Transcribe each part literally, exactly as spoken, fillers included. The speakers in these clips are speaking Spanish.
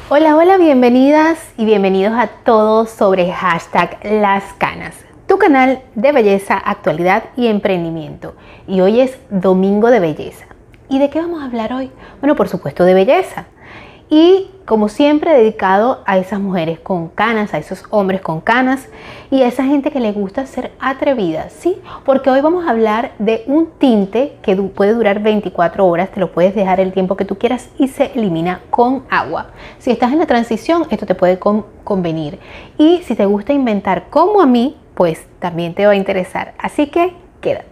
Hola, hola, bienvenidas y bienvenidos a todos sobre hashtag Las Canas, tu canal de belleza, actualidad y emprendimiento. Y hoy es Domingo de Belleza. ¿Y de qué vamos a hablar hoy? Bueno, por supuesto de belleza. Y como siempre dedicado a esas mujeres con canas, a esos hombres con canas y a esa gente que les gusta ser atrevida, ¿sí? Porque hoy vamos a hablar de un tinte que puede durar veinticuatro horas, te lo puedes dejar el tiempo que tú quieras y se elimina con agua. Si estás en la transición, esto te puede con convenir. Y si te gusta inventar como a mí, pues también te va a interesar. Así que quédate.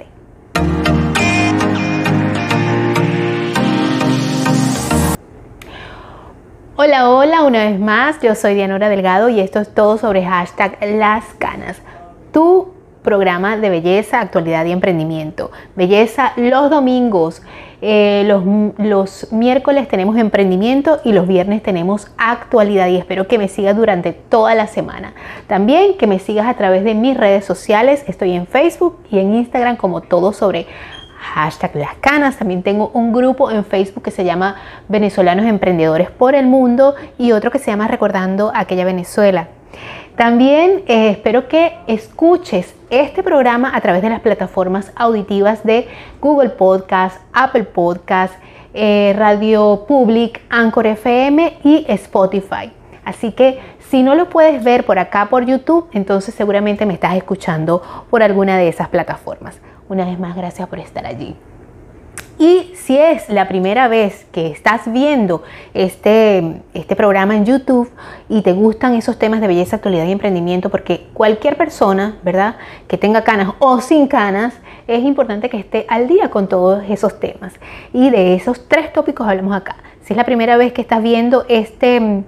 Hola, hola, una vez más, yo soy Dianora Delgado y esto es todo sobre hashtag Las Canas, tu programa de belleza, actualidad y emprendimiento. Belleza los domingos, eh, los, los miércoles tenemos emprendimiento y los viernes tenemos actualidad y espero que me sigas durante toda la semana. También que me sigas a través de mis redes sociales, estoy en Facebook y en Instagram como todo sobre hashtag Las Canas. También tengo un grupo en Facebook que se llama Venezolanos Emprendedores por el Mundo y otro que se llama Recordando Aquella Venezuela. También eh, espero que escuches este programa a través de las plataformas auditivas de Google Podcast, Apple Podcast, eh, Radio Public, Anchor F M y Spotify. Así que si no lo puedes ver por acá por YouTube, entonces seguramente me estás escuchando por alguna de esas plataformas. Una vez más, gracias por estar allí. Y si es la primera vez que estás viendo este, este programa en YouTube y te gustan esos temas de belleza, actualidad y emprendimiento, porque cualquier persona, ¿verdad?, que tenga canas o sin canas, es importante que esté al día con todos esos temas. Y de esos tres tópicos hablamos acá. Si es la primera vez que estás viendo este...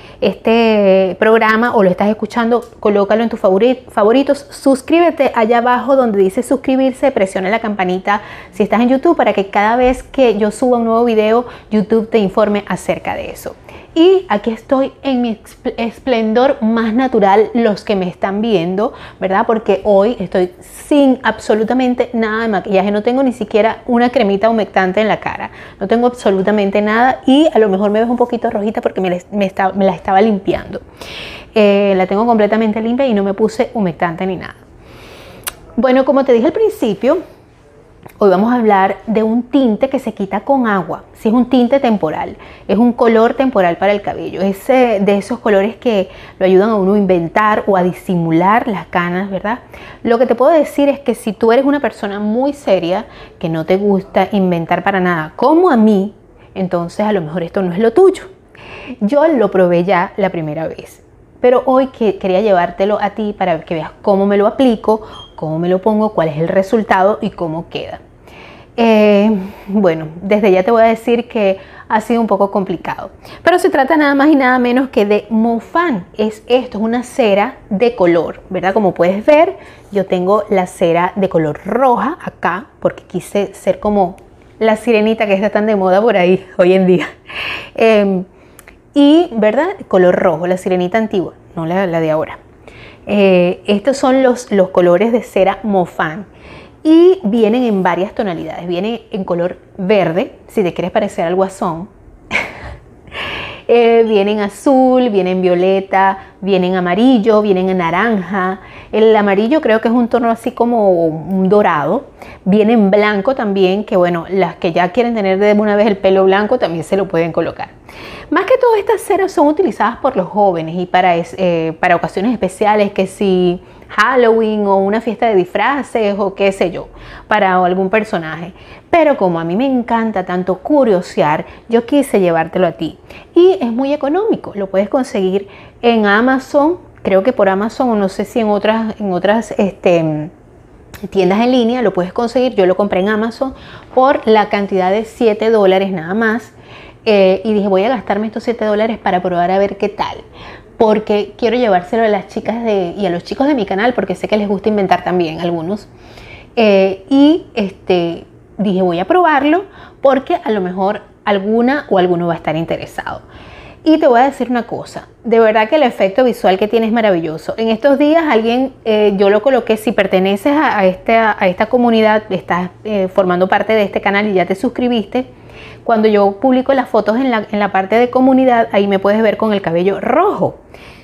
este programa o lo estás escuchando, colócalo en tus favoritos, suscríbete allá abajo donde dice suscribirse, presiona la campanita si estás en YouTube para que cada vez que yo suba un nuevo video, YouTube te informe acerca de eso. Y aquí estoy en mi esplendor más natural, los que me están viendo, ¿verdad? Porque hoy estoy sin absolutamente nada de maquillaje, no tengo ni siquiera una cremita humectante en la cara, no tengo absolutamente nada y a lo mejor me ves un poquito rojita porque me, me, está, me la estaba limpiando. Eh, la tengo completamente limpia y no me puse humectante ni nada. Bueno, como te dije al principio, hoy vamos a hablar de un tinte que se quita con agua. Si es un tinte temporal, es un color temporal para el cabello. Es eh, de esos colores que lo ayudan a uno a inventar o a disimular las canas, ¿verdad? Lo que te puedo decir es que si tú eres una persona muy seria, que no te gusta inventar para nada, como a mí, entonces a lo mejor esto no es lo tuyo. Yo lo probé ya la primera vez, pero hoy que quería llevártelo a ti para que veas cómo me lo aplico, cómo me lo pongo, cuál es el resultado y cómo queda. Eh, bueno, desde ya te voy a decir que ha sido un poco complicado, pero se trata nada más y nada menos que de Mofan. Es esto, es una cera de color, ¿verdad? Como puedes ver, yo tengo la cera de color roja acá porque quise ser como la sirenita que está tan de moda por ahí hoy en día. Eh, y, ¿verdad? Color rojo, la sirenita antigua, no la, la de ahora. Eh, estos son los, los colores de cera Mofan y vienen en varias tonalidades. Vienen en color verde, si te quieres parecer al Guasón. eh, vienen azul, vienen violeta, vienen amarillo, vienen en naranja. El amarillo creo que es un tono así como un dorado. Viene en blanco también, que bueno, las que ya quieren tener de una vez el pelo blanco también se lo pueden colocar. Más que todo, estas ceras son utilizadas por los jóvenes y para, eh, para ocasiones especiales, que si Halloween o una fiesta de disfraces o qué sé yo, para algún personaje. Pero como a mí me encanta tanto curiosear, yo quise llevártelo a ti. Y es muy económico, lo puedes conseguir en Amazon, creo que por Amazon o no sé si en otras, en otras este, tiendas en línea lo puedes conseguir. Yo lo compré en Amazon por la cantidad de siete dólares nada más. Eh, y dije, voy a gastarme estos siete dólares para probar a ver qué tal, porque quiero llevárselo a las chicas de, y a los chicos de mi canal, porque sé que les gusta inventar también algunos. Eh, y este, dije, voy a probarlo porque a lo mejor alguna o alguno va a estar interesado. Y te voy a decir una cosa, de verdad que el efecto visual que tiene es maravilloso. En estos días alguien, eh, yo lo coloqué, si perteneces a, a, este, a esta comunidad, estás eh, formando parte de este canal y ya te suscribiste, Cuando yo publico las fotos en la, en la parte de comunidad, ahí me puedes ver con el cabello rojo.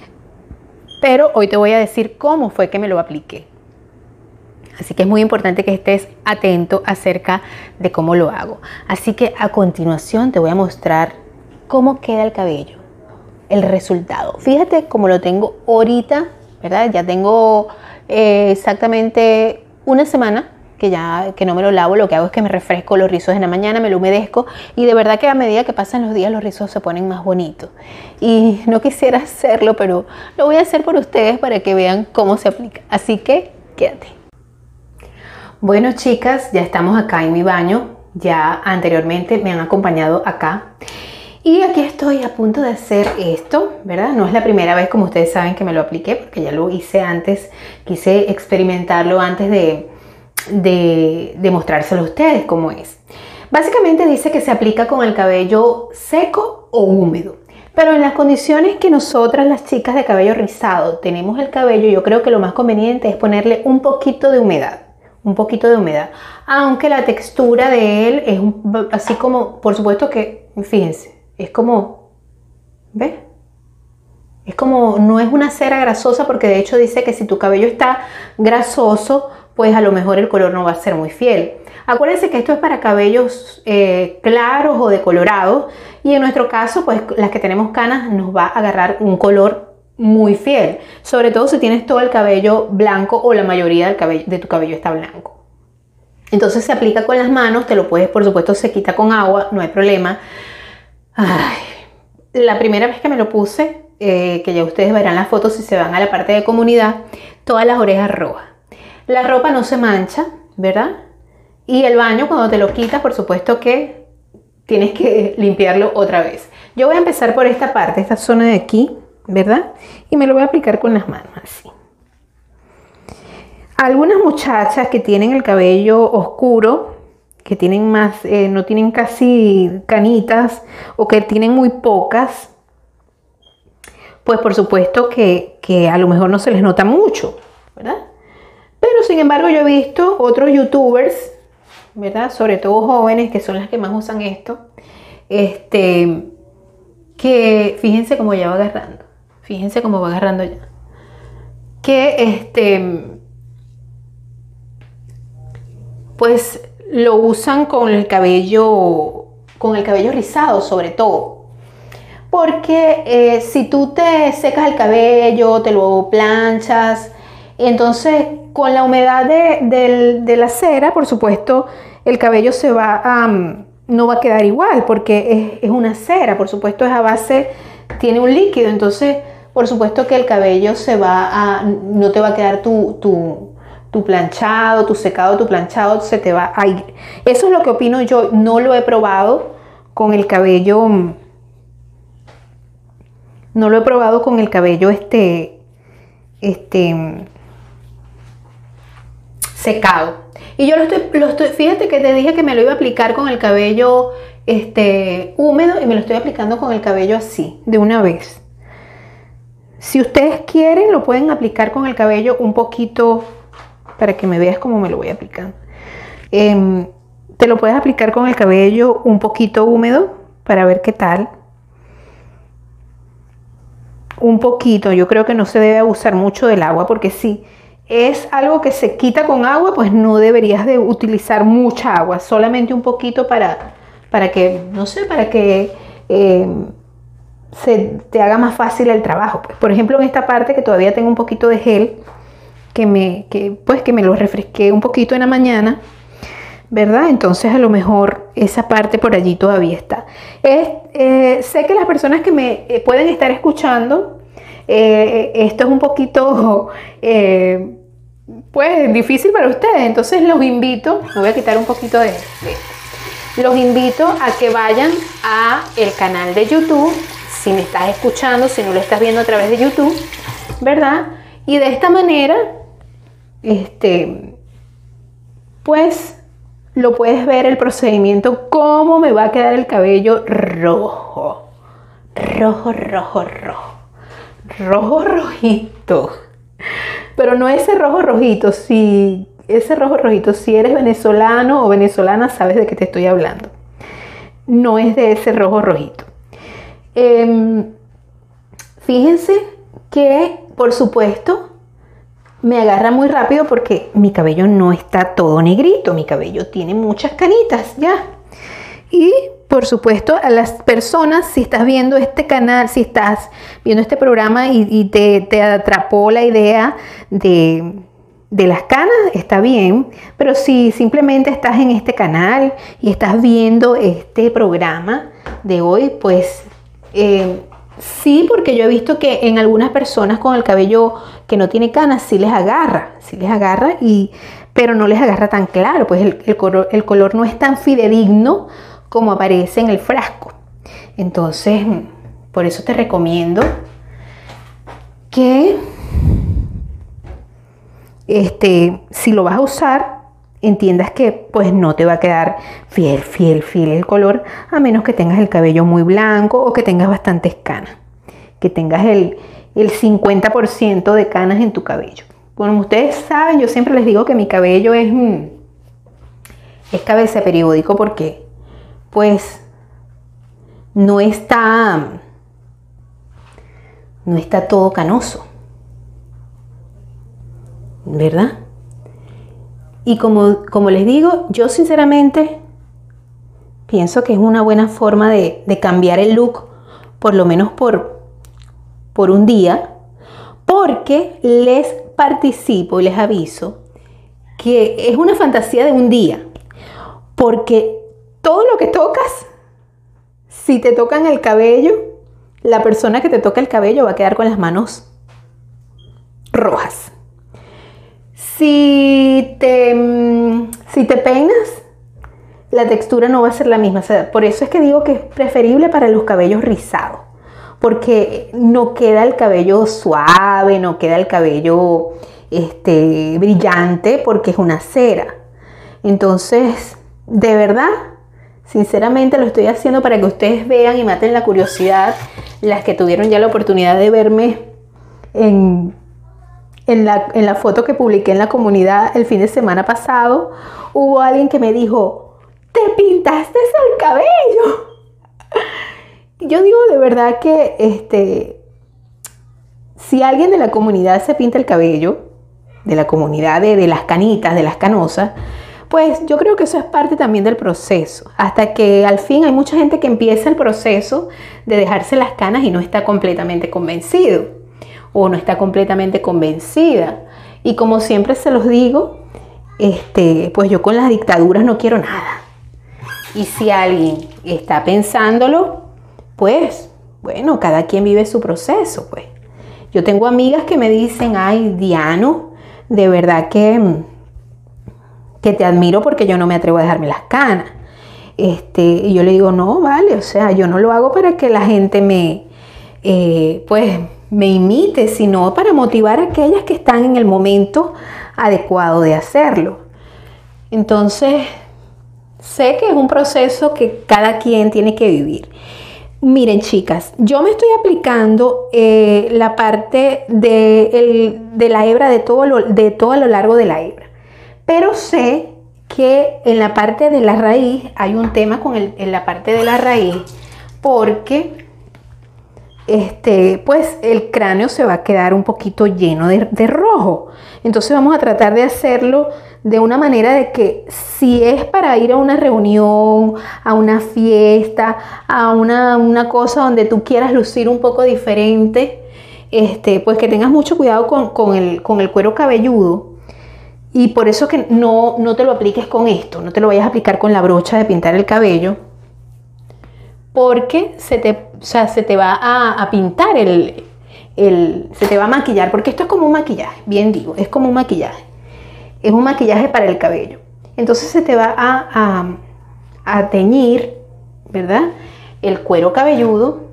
Pero hoy te voy a decir cómo fue que me lo apliqué. Así que es muy importante que estés atento acerca de cómo lo hago. Así que a continuación te voy a mostrar cómo queda el cabello, el resultado. Fíjate cómo lo tengo ahorita, ¿verdad? Ya tengo eh, exactamente una semana que ya que no me lo lavo. Lo que hago es que me refresco los rizos en la mañana, me lo humedezco y de verdad que a medida que pasan los días los rizos se ponen más bonitos. Y no quisiera hacerlo, pero lo voy a hacer por ustedes para que vean cómo se aplica. Así que quédate. Bueno, chicas, ya estamos acá en mi baño. Ya anteriormente me han acompañado acá. Y aquí estoy a punto de hacer esto, ¿verdad? No es la primera vez, como ustedes saben, que me lo apliqué, porque ya lo hice antes. Quise experimentarlo antes de, de, de mostrárselo a ustedes cómo es. Básicamente dice que se aplica con el cabello seco o húmedo. Pero en las condiciones que nosotras, las chicas de cabello rizado, tenemos el cabello, yo creo que lo más conveniente es ponerle un poquito de humedad. Un poquito de humedad, aunque la textura de él es un, así como, por supuesto que, fíjense, es como, ¿ves? Es como, no es una cera grasosa, porque de hecho dice que si tu cabello está grasoso, pues a lo mejor el color no va a ser muy fiel. Acuérdense que esto es para cabellos eh, claros o decolorados, y en nuestro caso, pues las que tenemos canas nos va a agarrar un color muy fiel, sobre todo si tienes todo el cabello blanco o la mayoría del cabello, de tu cabello está blanco. Entonces se aplica con las manos, te lo puedes, por supuesto, se quita con agua, no hay problema. Ay, la primera vez que me lo puse, eh, que ya ustedes verán las fotos si se van a la parte de comunidad, todas las orejas rojas. La ropa no se mancha, ¿verdad? Y el baño, cuando te lo quitas, por supuesto que tienes que limpiarlo otra vez. Yo voy a empezar por esta parte, esta zona de aquí, ¿verdad? Y me lo voy a aplicar con las manos así. Algunas muchachas que tienen el cabello oscuro, que tienen más, eh, no tienen casi canitas o que tienen muy pocas, pues por supuesto que, que a lo mejor no se les nota mucho, ¿verdad? Pero sin embargo yo he visto otros youtubers, ¿verdad? Sobre todo jóvenes, que son las que más usan esto, este, que fíjense cómo ya va agarrando. Fíjense cómo va agarrando ya. Que este, pues lo usan con el cabello, con el cabello rizado sobre todo. Porque eh, si tú te secas el cabello, te lo planchas, entonces con la humedad de, de, de la cera, por supuesto, el cabello se va a, um, no va a quedar igual, porque es, es una cera, por supuesto es a base, tiene un líquido, entonces por supuesto que el cabello se va a, no te va a quedar tu, tu, tu planchado, tu secado, tu planchado, se te va a ir. Eso es lo que opino yo, no lo he probado con el cabello, no lo he probado con el cabello este, este, secado. Y yo lo estoy, lo estoy, fíjate que te dije que me lo iba a aplicar con el cabello este, húmedo y me lo estoy aplicando con el cabello así, de una vez. Si ustedes quieren, lo pueden aplicar con el cabello un poquito, para que me veas cómo me lo voy a aplicar. Eh, te lo puedes aplicar con el cabello un poquito húmedo, para ver qué tal. Un poquito, yo creo que no se debe abusar mucho del agua, porque si es algo que se quita con agua, pues no deberías de utilizar mucha agua, solamente un poquito para, para que, no sé, para que eh, se te haga más fácil el trabajo. Pues, por ejemplo, en esta parte que todavía tengo un poquito de gel, que me, que, pues, que me lo refresqué un poquito en la mañana, ¿verdad? Entonces a lo mejor esa parte por allí todavía está. Es, eh, sé que las personas que me eh, pueden estar escuchando, eh, esto es un poquito eh, pues difícil para ustedes, entonces los invito, me voy a quitar un poquito de, de los invito a que vayan a el canal de YouTube, si me estás escuchando, si no lo estás viendo a través de YouTube, ¿verdad? Y de esta manera, este, pues lo puedes ver el procedimiento, cómo me va a quedar el cabello rojo, rojo, rojo, rojo, rojo, rojito. Pero no ese rojo rojito, si ese rojo rojito, si eres venezolano o venezolana, sabes de qué te estoy hablando. no es de ese rojo rojito. Eh, fíjense que, por supuesto, me agarra muy rápido porque mi cabello no está todo negrito, mi cabello tiene muchas canitas ya. Y por supuesto a las personas, si estás viendo este canal, si estás viendo este programa y, y te, te atrapó la idea de, de las canas, está bien. Pero si simplemente estás en este canal y estás viendo este programa de hoy, pues eh, sí, porque yo he visto que en algunas personas con el cabello que no tiene canas sí les agarra, sí les agarra, y, pero no les agarra tan claro, pues el, el, color, el color no es tan fidedigno como aparece en el frasco. Entonces, por eso te recomiendo que este, si lo vas a usar, entiendas que pues no te va a quedar fiel, fiel, fiel el color, a menos que tengas el cabello muy blanco o que tengas bastantes canas, que tengas el, el cincuenta por ciento de canas en tu cabello. Como ustedes saben, yo siempre les digo que mi cabello es, es cabeza de periódico porque pues no está, no está todo canoso, ¿verdad? Y como, como les digo, yo sinceramente pienso que es una buena forma de, de cambiar el look, por lo menos por, por un día, porque les participo y les aviso que es una fantasía de un día, porque todo lo que tocas, si te tocan el cabello, la persona que te toca el cabello va a quedar con las manos rojas. Si te, si te peinas, la textura no va a ser la misma. O sea, por eso es que digo que es preferible para los cabellos rizados, porque no queda el cabello suave, no queda el cabello este, brillante, porque es una cera. Entonces, de verdad, sinceramente lo estoy haciendo para que ustedes vean y maten la curiosidad, las que tuvieron ya la oportunidad de verme en... En la, en la foto que publiqué en la comunidad el fin de semana pasado, hubo alguien que me dijo, ¿te pintaste el cabello? Yo digo de verdad que este, si alguien de la comunidad se pinta el cabello, de la comunidad de, de las canitas, de las canosas, pues yo creo que eso es parte también del proceso. Hasta que al fin hay mucha gente que empieza el proceso de dejarse las canas y no está completamente convencido, o no está completamente convencida. Y como siempre se los digo, este, pues yo con las dictaduras no quiero nada. Y si alguien está pensándolo, pues, bueno, cada quien vive su proceso, pues. Yo tengo amigas que me dicen, ay, Diano, de verdad que, que te admiro porque yo no me atrevo a dejarme las canas. Este, y yo le digo, no, vale, o sea, yo no lo hago para que la gente me, eh, pues, me imite, sino para motivar a aquellas que están en el momento adecuado de hacerlo. Entonces, sé que es un proceso que cada quien tiene que vivir. Miren, chicas, yo me estoy aplicando eh, la parte de, el, de la hebra de todo, lo, de todo a lo largo de la hebra, pero sé que en la parte de la raíz hay un tema con el, en la parte de la raíz, porque Este, pues el cráneo se va a quedar un poquito lleno de, de rojo. Entonces vamos a tratar de hacerlo de una manera de que si es para ir a una reunión, a una fiesta, a una, una cosa donde tú quieras lucir un poco diferente, este, pues que tengas mucho cuidado con, con, el, con el cuero cabelludo. Y por eso que no, no te lo apliques con esto, no te lo vayas a aplicar con la brocha de pintar el cabello, porque se te, o sea, se te va a, a pintar el, el, se te va a maquillar, porque esto es como un maquillaje, bien digo, es como un maquillaje, es un maquillaje para el cabello. Entonces se te va a, a, a teñir, ¿verdad?, el cuero cabelludo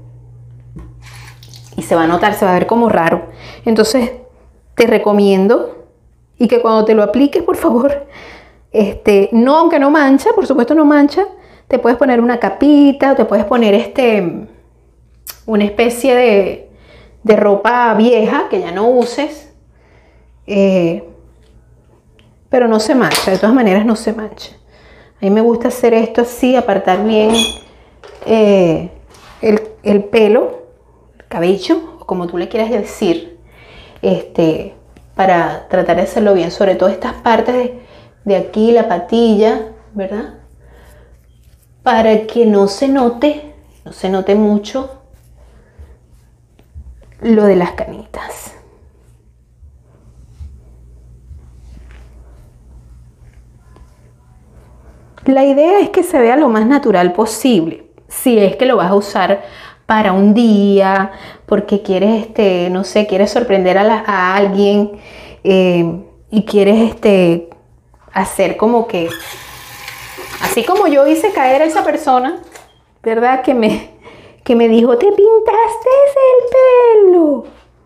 y se va a notar, se va a ver como raro. Entonces te recomiendo y que cuando te lo apliques, por favor, este, no, aunque no mancha, por supuesto no mancha, te puedes poner una capita o te puedes poner este, una especie de, de ropa vieja que ya no uses, eh, pero no se mancha, de todas maneras no se mancha. A mí me gusta hacer esto así, apartar bien eh, el, el pelo, el cabello, o como tú le quieras decir, este, para tratar de hacerlo bien, sobre todo estas partes de, de aquí, la patilla, ¿verdad? Para que no se note, no se note mucho lo de las canitas. La idea es que se vea lo más natural posible. Si es que lo vas a usar para un día, porque quieres, este, no sé, quieres sorprender a, la, a alguien eh, y quieres este, hacer como que, así como yo hice caer a esa persona, ¿verdad? Que me, que me dijo, ¿te pintaste el pelo?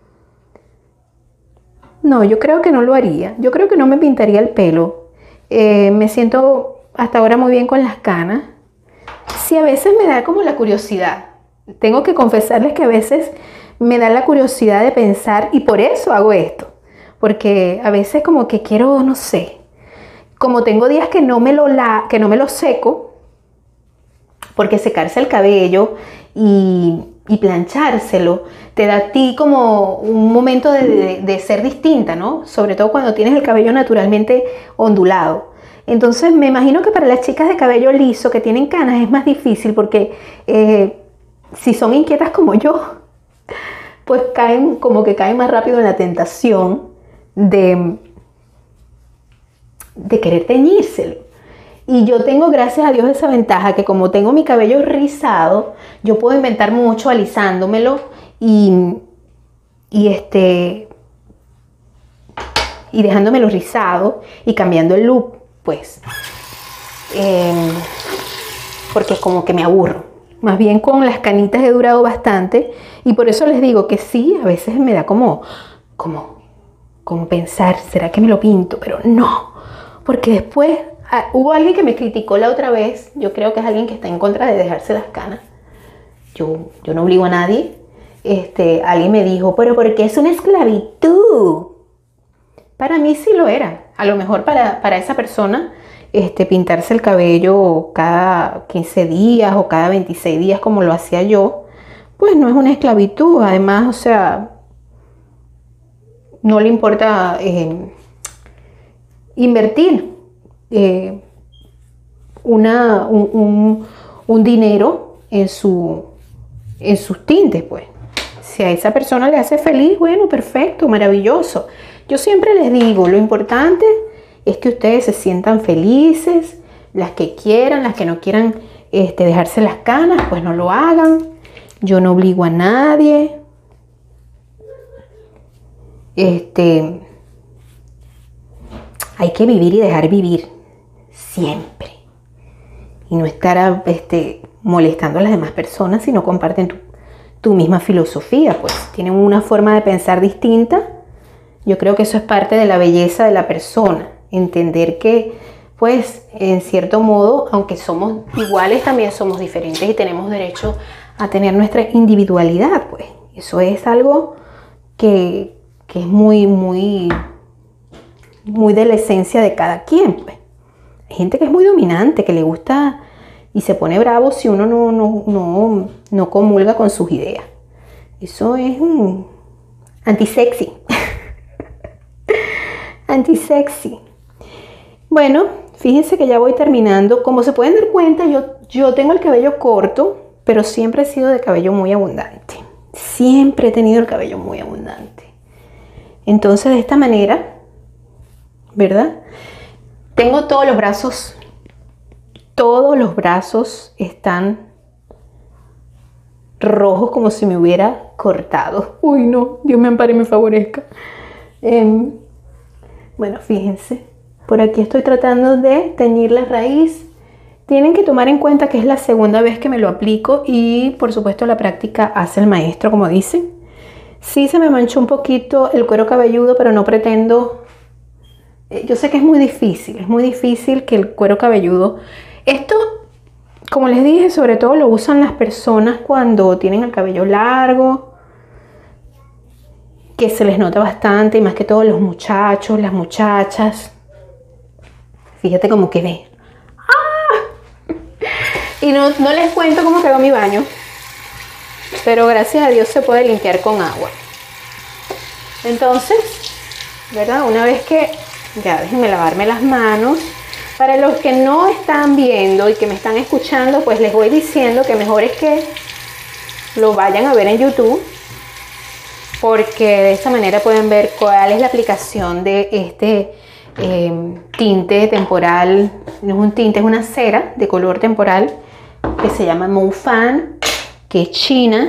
No, yo creo que no lo haría. Yo creo que no me pintaría el pelo. Eh, me siento hasta ahora muy bien con las canas. Sí, a veces me da como la curiosidad. Tengo que confesarles que a veces me da la curiosidad de pensar y por eso hago esto. Porque a veces como que quiero, no sé, como tengo días que no me lo, la, que no me lo seco, porque secarse el cabello y, y planchárselo te da a ti como un momento de, de, de ser distinta, ¿no? Sobre todo cuando tienes el cabello naturalmente ondulado. Entonces me imagino que para las chicas de cabello liso que tienen canas es más difícil porque eh, si son inquietas como yo, pues caen como que caen más rápido en la tentación de, de querer teñírselo. Y yo tengo, gracias a Dios, esa ventaja que como tengo mi cabello rizado, yo puedo inventar mucho alisándomelo y, y este y dejándomelo rizado y cambiando el look, pues, eh, porque como que me aburro. Más bien con las canitas he durado bastante y por eso les digo que sí, a veces me da como, como, como pensar, ¿será que me lo pinto? Pero no, porque después ah, hubo alguien que me criticó la otra vez, yo creo que es alguien que está en contra de dejarse las canas. Yo, yo no obligo a nadie. Este, alguien me dijo, pero ¿por qué es una esclavitud? Para mí sí lo era. A lo mejor para, para esa persona este, pintarse el cabello cada quince días o cada veintiséis días como lo hacía yo, pues no es una esclavitud. Además, o sea, no le importa eh, invertir eh, una, un, un, un dinero en, su, en sus tintes, pues. Si a esa persona le hace feliz, bueno, perfecto, maravilloso. Yo siempre les digo, lo importante es que ustedes se sientan felices, las que quieran, las que no quieran este, dejarse las canas, pues no lo hagan. Yo no obligo a nadie. Este, hay que vivir y dejar vivir siempre. Y no estar este, molestando a las demás personas si no comparten tu, tu misma filosofía, pues tienen una forma de pensar distinta. Yo creo que eso es parte de la belleza de la persona, entender que, pues, en cierto modo, aunque somos iguales, también somos diferentes y tenemos derecho a tener nuestra individualidad, pues. Eso es algo que, que es muy, muy, muy de la esencia de cada quien, pues. Hay gente que es muy dominante, que le gusta y se pone bravo si uno no, no, no, no comulga con sus ideas. Eso es un antisexy. Antisexy. Bueno, fíjense que ya voy terminando. Como se pueden dar cuenta, yo, yo tengo el cabello corto, pero siempre he sido de cabello muy abundante. Siempre he tenido el cabello muy abundante. Entonces, de esta manera, ¿verdad? Tengo todos los brazos, todos los brazos están rojos como si me hubiera cortado. Uy, no, Dios me ampare y me favorezca. Eh, bueno, fíjense, por aquí estoy tratando de teñir la raíz. Tienen que tomar en cuenta que es la segunda vez que me lo aplico y por supuesto la práctica hace el maestro, como dicen. Sí se me manchó un poquito el cuero cabelludo, pero no pretendo... Yo sé que es muy difícil, es muy difícil que el cuero cabelludo... Esto, como les dije, sobre todo lo usan las personas cuando tienen el cabello largo, que se les nota bastante, y más que todo los muchachos, las muchachas. Fíjate cómo quedé. ¡Ah! Y no, no les cuento cómo quedó mi baño, pero gracias a Dios se puede limpiar con agua. Entonces, ¿verdad? Una vez que, ya déjenme lavarme las manos. Para los que no están viendo y que me están escuchando, pues les voy diciendo que mejor es que lo vayan a ver en YouTube, porque de esta manera pueden ver cuál es la aplicación de este eh, tinte temporal. No es un tinte, es una cera de color temporal que se llama Moufan, que es china.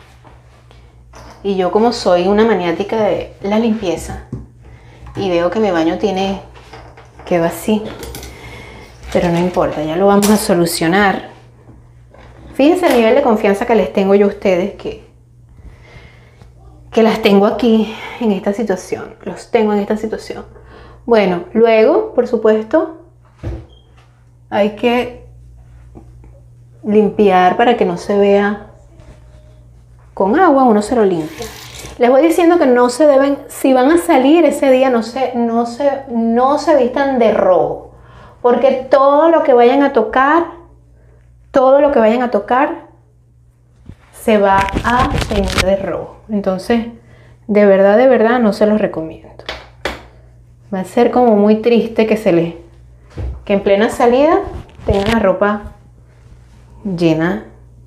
Y yo, como soy una maniática de la limpieza y veo que mi baño tiene, quedó así, pero no importa, ya lo vamos a solucionar. Fíjense el nivel de confianza que les tengo yo a ustedes, que, que las tengo aquí en esta situación, los tengo en esta situación. Bueno, luego, por supuesto, hay que limpiar para que no se vea con agua, uno se lo limpia. Les voy diciendo que no se deben, si van a salir ese día, no se, no se, no se vistan de rojo. Porque todo lo que vayan a tocar, todo lo que vayan a tocar, se va a teñir de rojo. Entonces, de verdad, de verdad, no se los recomiendo. Va a ser como muy triste que se les, que en plena salida tengan la ropa llena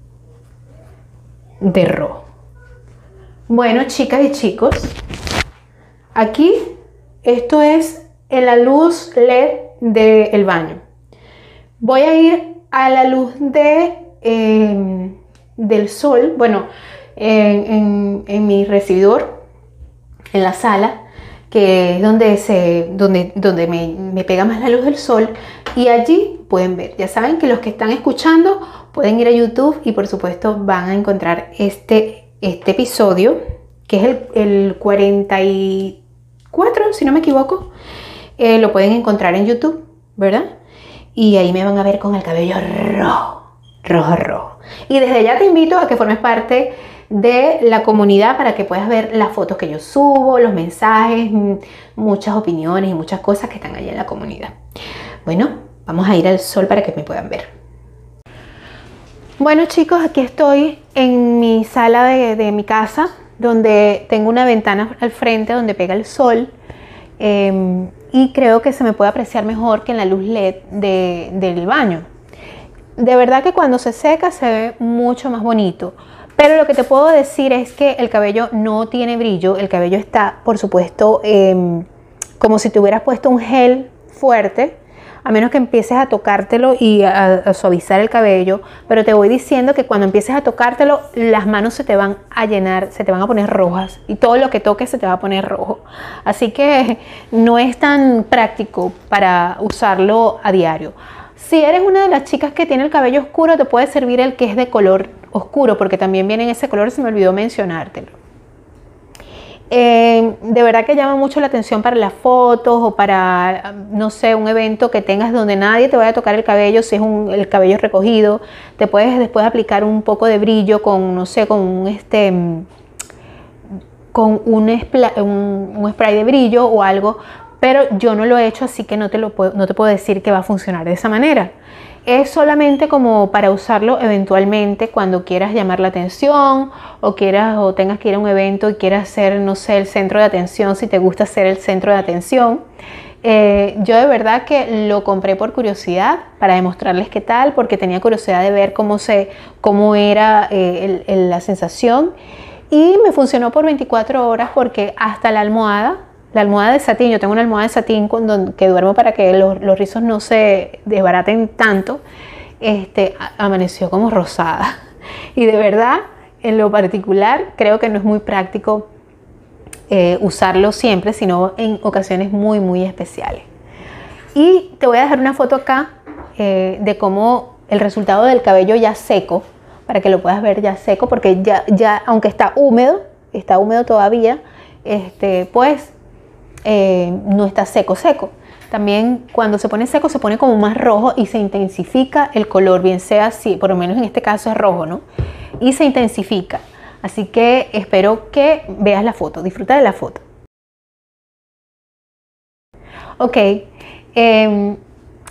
de rojo. Bueno, chicas y chicos, aquí esto es en la luz L E D del baño. Voy a ir a la luz de, eh, del sol, bueno, en, en, en mi recibidor, en la sala, que es donde, se, donde, donde me, me pega más la luz del sol, y allí pueden ver. Ya saben que los que están escuchando pueden ir a YouTube y por supuesto van a encontrar este, este episodio, que es el, el cuarenta y cuatro, si no me equivoco. Eh, lo pueden encontrar en YouTube, ¿verdad? Y ahí me van a ver con el cabello rojo, rojo, rojo. Y desde ya te invito a que formes parte de la comunidad para que puedas ver las fotos que yo subo, los mensajes, muchas opiniones y muchas cosas que están ahí en la comunidad. Bueno, vamos a ir al sol para que me puedan ver. Bueno, chicos, aquí estoy en mi sala de, de mi casa, donde tengo una ventana al frente donde pega el sol. Eh, y creo que se me puede apreciar mejor que en la luz L E D de, del baño. De verdad que cuando se seca se ve mucho más bonito, pero lo que te puedo decir es que el cabello no tiene brillo. El cabello está, por supuesto, eh, como si te hubieras puesto un gel fuerte, a menos que empieces a tocártelo y a, a suavizar el cabello, pero te voy diciendo que cuando empieces a tocártelo, las manos se te van a llenar, se te van a poner rojas y todo lo que toques se te va a poner rojo. Así que no es tan práctico para usarlo a diario. Si eres una de las chicas que tiene el cabello oscuro, te puede servir el que es de color oscuro, porque también viene en ese color, se me olvidó mencionártelo. Eh, de verdad que llama mucho la atención para las fotos o para, no sé, un evento que tengas donde nadie te vaya a tocar el cabello. Si es un, el cabello recogido, te puedes después aplicar un poco de brillo con, no sé, con un, este, con un, un, un spray de brillo o algo, pero yo no lo he hecho, así que no te, lo puedo, no te puedo decir que va a funcionar de esa manera. Es solamente como para usarlo eventualmente cuando quieras llamar la atención o quieras o tengas que ir a un evento y quieras ser, no sé, el centro de atención, si te gusta ser el centro de atención. Eh, yo de verdad que lo compré por curiosidad, para demostrarles qué tal, porque tenía curiosidad de ver cómo, se, cómo era eh, el, el, la sensación, y me funcionó por veinticuatro horas porque hasta la almohada, la almohada de satín, yo tengo una almohada de satín con, que duermo para que los, los rizos no se desbaraten tanto, este, amaneció como rosada. Y de verdad, en lo particular, creo que no es muy práctico eh, usarlo siempre, sino en ocasiones muy, muy especiales. Y te voy a dejar una foto acá eh, de cómo el resultado del cabello ya seco, para que lo puedas ver ya seco, porque ya, ya aunque está húmedo, está húmedo todavía, este, pues eh, no está seco, seco. También cuando se pone seco se pone como más rojo y se intensifica el color, bien sea así, por lo menos en este caso es rojo, ¿no? Y se intensifica. Así que espero que veas la foto, disfruta de la foto. Ok, eh,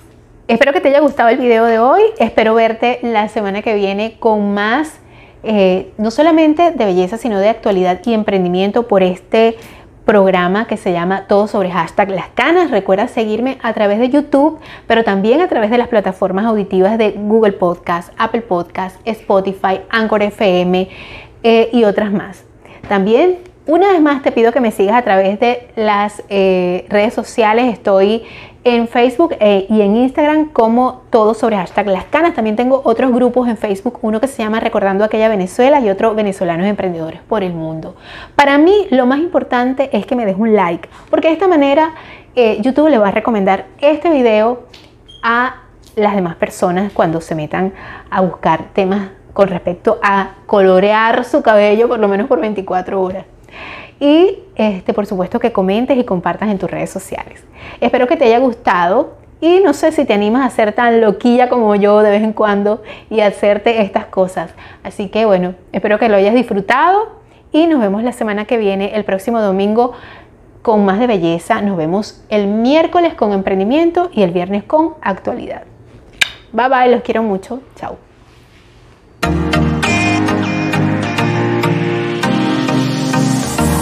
Espero que te haya gustado el video de hoy. Espero verte la semana que viene con más, eh, no solamente de belleza, sino de actualidad y emprendimiento por este programa que se llama Todo sobre Hashtag Las Canas. Recuerda seguirme a través de YouTube, pero también a través de las plataformas auditivas de Google Podcast, Apple Podcast, Spotify, Anchor F M eh, y otras más. También, una vez más, te pido que me sigas a través de las eh, redes sociales. Estoy en Facebook eh, y en Instagram como Todo sobre Hashtag Las Canas. También tengo otros grupos en Facebook, uno que se llama Recordando Aquella Venezuela y otro Venezolanos Emprendedores por el Mundo. Para mí lo más importante es que me des un like, porque de esta manera eh, YouTube le va a recomendar este video a las demás personas cuando se metan a buscar temas con respecto a colorear su cabello por lo menos por veinticuatro horas. Y este, por supuesto que comentes y compartas en tus redes sociales. Espero que te haya gustado y no sé si te animas a ser tan loquilla como yo de vez en cuando y a hacerte estas cosas. Así que bueno, espero que lo hayas disfrutado y nos vemos la semana que viene, el próximo domingo, con más de belleza. Nos vemos el miércoles con emprendimiento y el viernes con actualidad. Bye bye, los quiero mucho. Chao.